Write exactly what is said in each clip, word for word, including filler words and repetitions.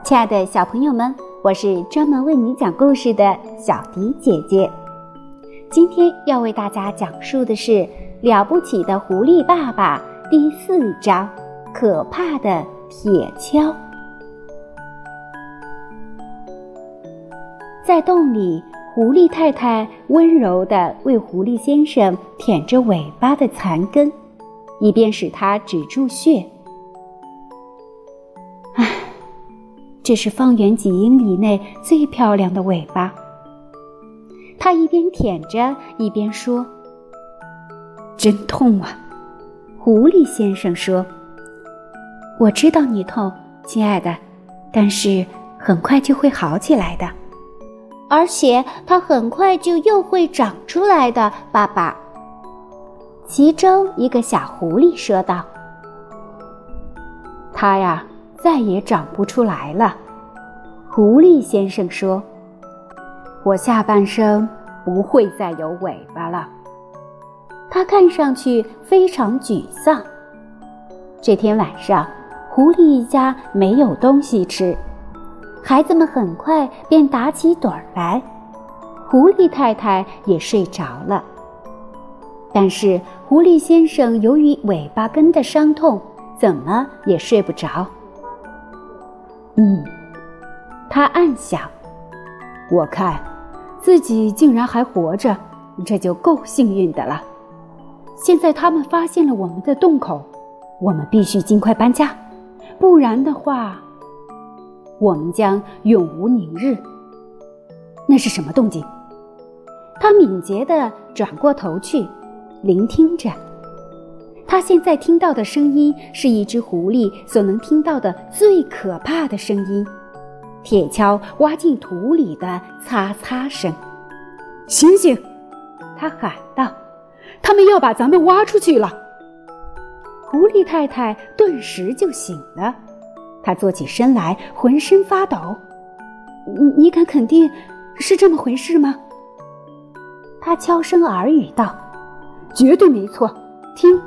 亲爱的小朋友们，我是专门为你讲故事的小迪姐姐。今天要为大家讲述的是《了不起的狐狸爸爸》第四章，可怕的铁锹。在洞里，狐狸太太温柔地为狐狸先生舔着尾巴的残根，以便使他止住血。唉，这是方圆几英里内最漂亮的尾巴。他一边舔着，一边说：“真痛啊！”狐狸先生说：“我知道你痛，亲爱的，但是很快就会好起来的。而且它很快就又会长出来的，爸爸。”其中一个小狐狸说道：“它呀，再也长不出来了。”狐狸先生说：“我下半生不会再有尾巴了。”他看上去非常沮丧。这天晚上，狐狸一家没有东西吃，孩子们很快便打起盹儿来，狐狸太太也睡着了。但是狐狸先生由于尾巴根的伤痛，怎么也睡不着。嗯，他暗想，我看自己竟然还活着，这就够幸运的了。现在他们发现了我们的洞口，我们必须尽快搬家，不然的话，我们将永无宁日。那是什么动静？他敏捷地转过头去，聆听着。他现在听到的声音是一只狐狸所能听到的最可怕的声音，铁锹挖进土里的擦擦声。醒醒！他喊道，他们要把咱们挖出去了。狐狸太太顿时就醒了，她坐起身来，浑身发抖。你你敢肯定是这么回事吗？她悄声耳语道：绝对没错，听，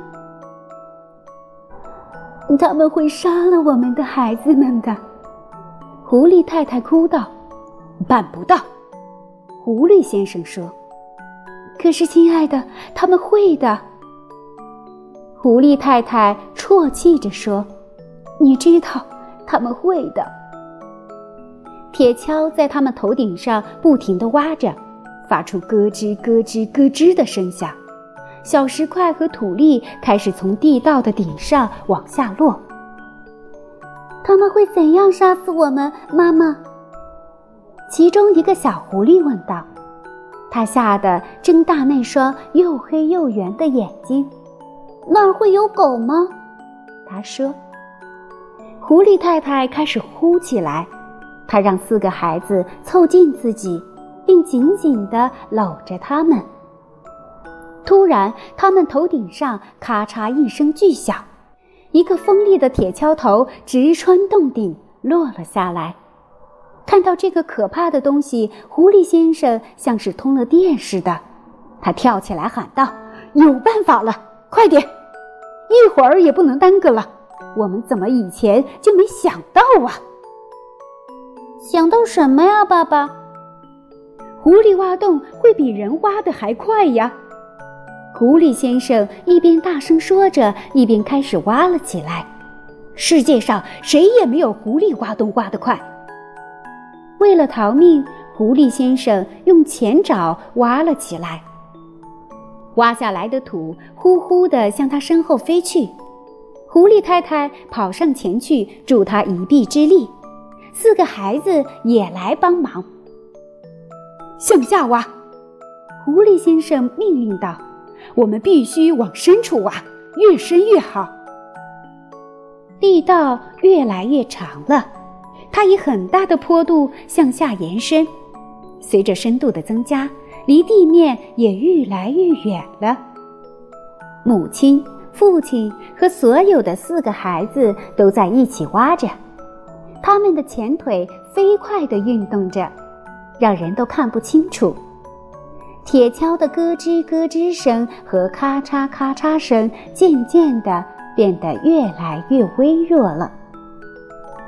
他们会杀了我们的孩子们的。狐狸太太哭道：办不到。狐狸先生说：可是亲爱的，他们会的。狐狸太太啜泣着说：你知道他们会的。铁锹在他们头顶上不停地挖着，发出咯吱咯吱咯吱的声响，小石块和土粒开始从地道的顶上往下落。他们会怎样杀死我们，妈妈？其中一个小狐狸问道，他吓得睁大那双又黑又圆的眼睛。那儿会有狗吗？他说。狐狸太太开始哭起来，她让四个孩子凑近自己，并紧紧地搂着他们。突然，他们头顶上咔嚓一声巨响，一个锋利的铁锹头直穿洞顶落了下来。看到这个可怕的东西，狐狸先生像是通了电似的，他跳起来喊道：有办法了，快点，一会儿也不能耽搁了，我们怎么以前就没想到啊？想到什么呀，爸爸？狐狸挖洞会比人挖得还快呀。狐狸先生一边大声说着，一边开始挖了起来。世界上谁也没有狐狸挖洞挖得快。为了逃命，狐狸先生用前爪挖了起来，挖下来的土呼呼地向他身后飞去。狐狸太太跑上前去助他一臂之力，四个孩子也来帮忙。向下挖！狐狸先生命令道，我们必须往深处挖，越深越好。地道越来越长了，它以很大的坡度向下延伸，随着深度的增加，离地面也愈来愈远了。母亲、父亲和所有的四个孩子都在一起挖着，他们的前腿飞快地运动着，让人都看不清楚。铁锹的咯吱咯吱声和咔嚓咔嚓声渐渐地变得越来越微弱了。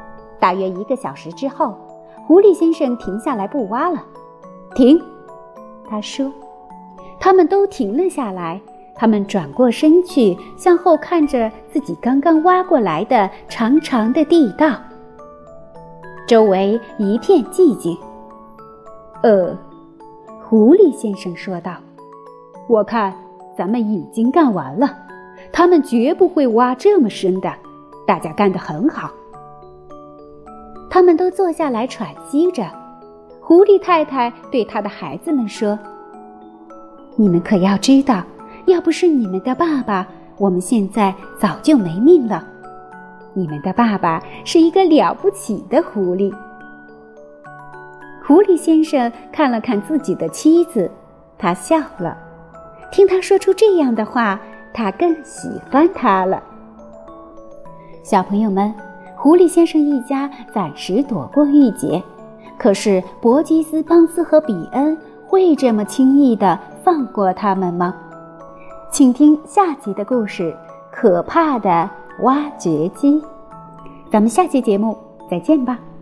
大约一个小时之后，狐狸先生停下来不挖了。停，他说。他们都停了下来，他们转过身去，向后看着自己刚刚挖过来的长长的地道。周围一片寂静。呃，狐狸先生说道，我看咱们已经干完了，他们绝不会挖这么深的，大家干得很好。他们都坐下来喘息着。狐狸太太对她的孩子们说，你们可要知道，要不是你们的爸爸，我们现在早就没命了。你们的爸爸是一个了不起的狐狸。狐狸先生看了看自己的妻子，他笑了。听他说出这样的话，他更喜欢他了。小朋友们，狐狸先生一家暂时躲过一劫，可是伯吉斯、邦斯和比恩会这么轻易地放过他们吗？请听下集的故事，可怕的挖掘机。咱们下期节目再见吧。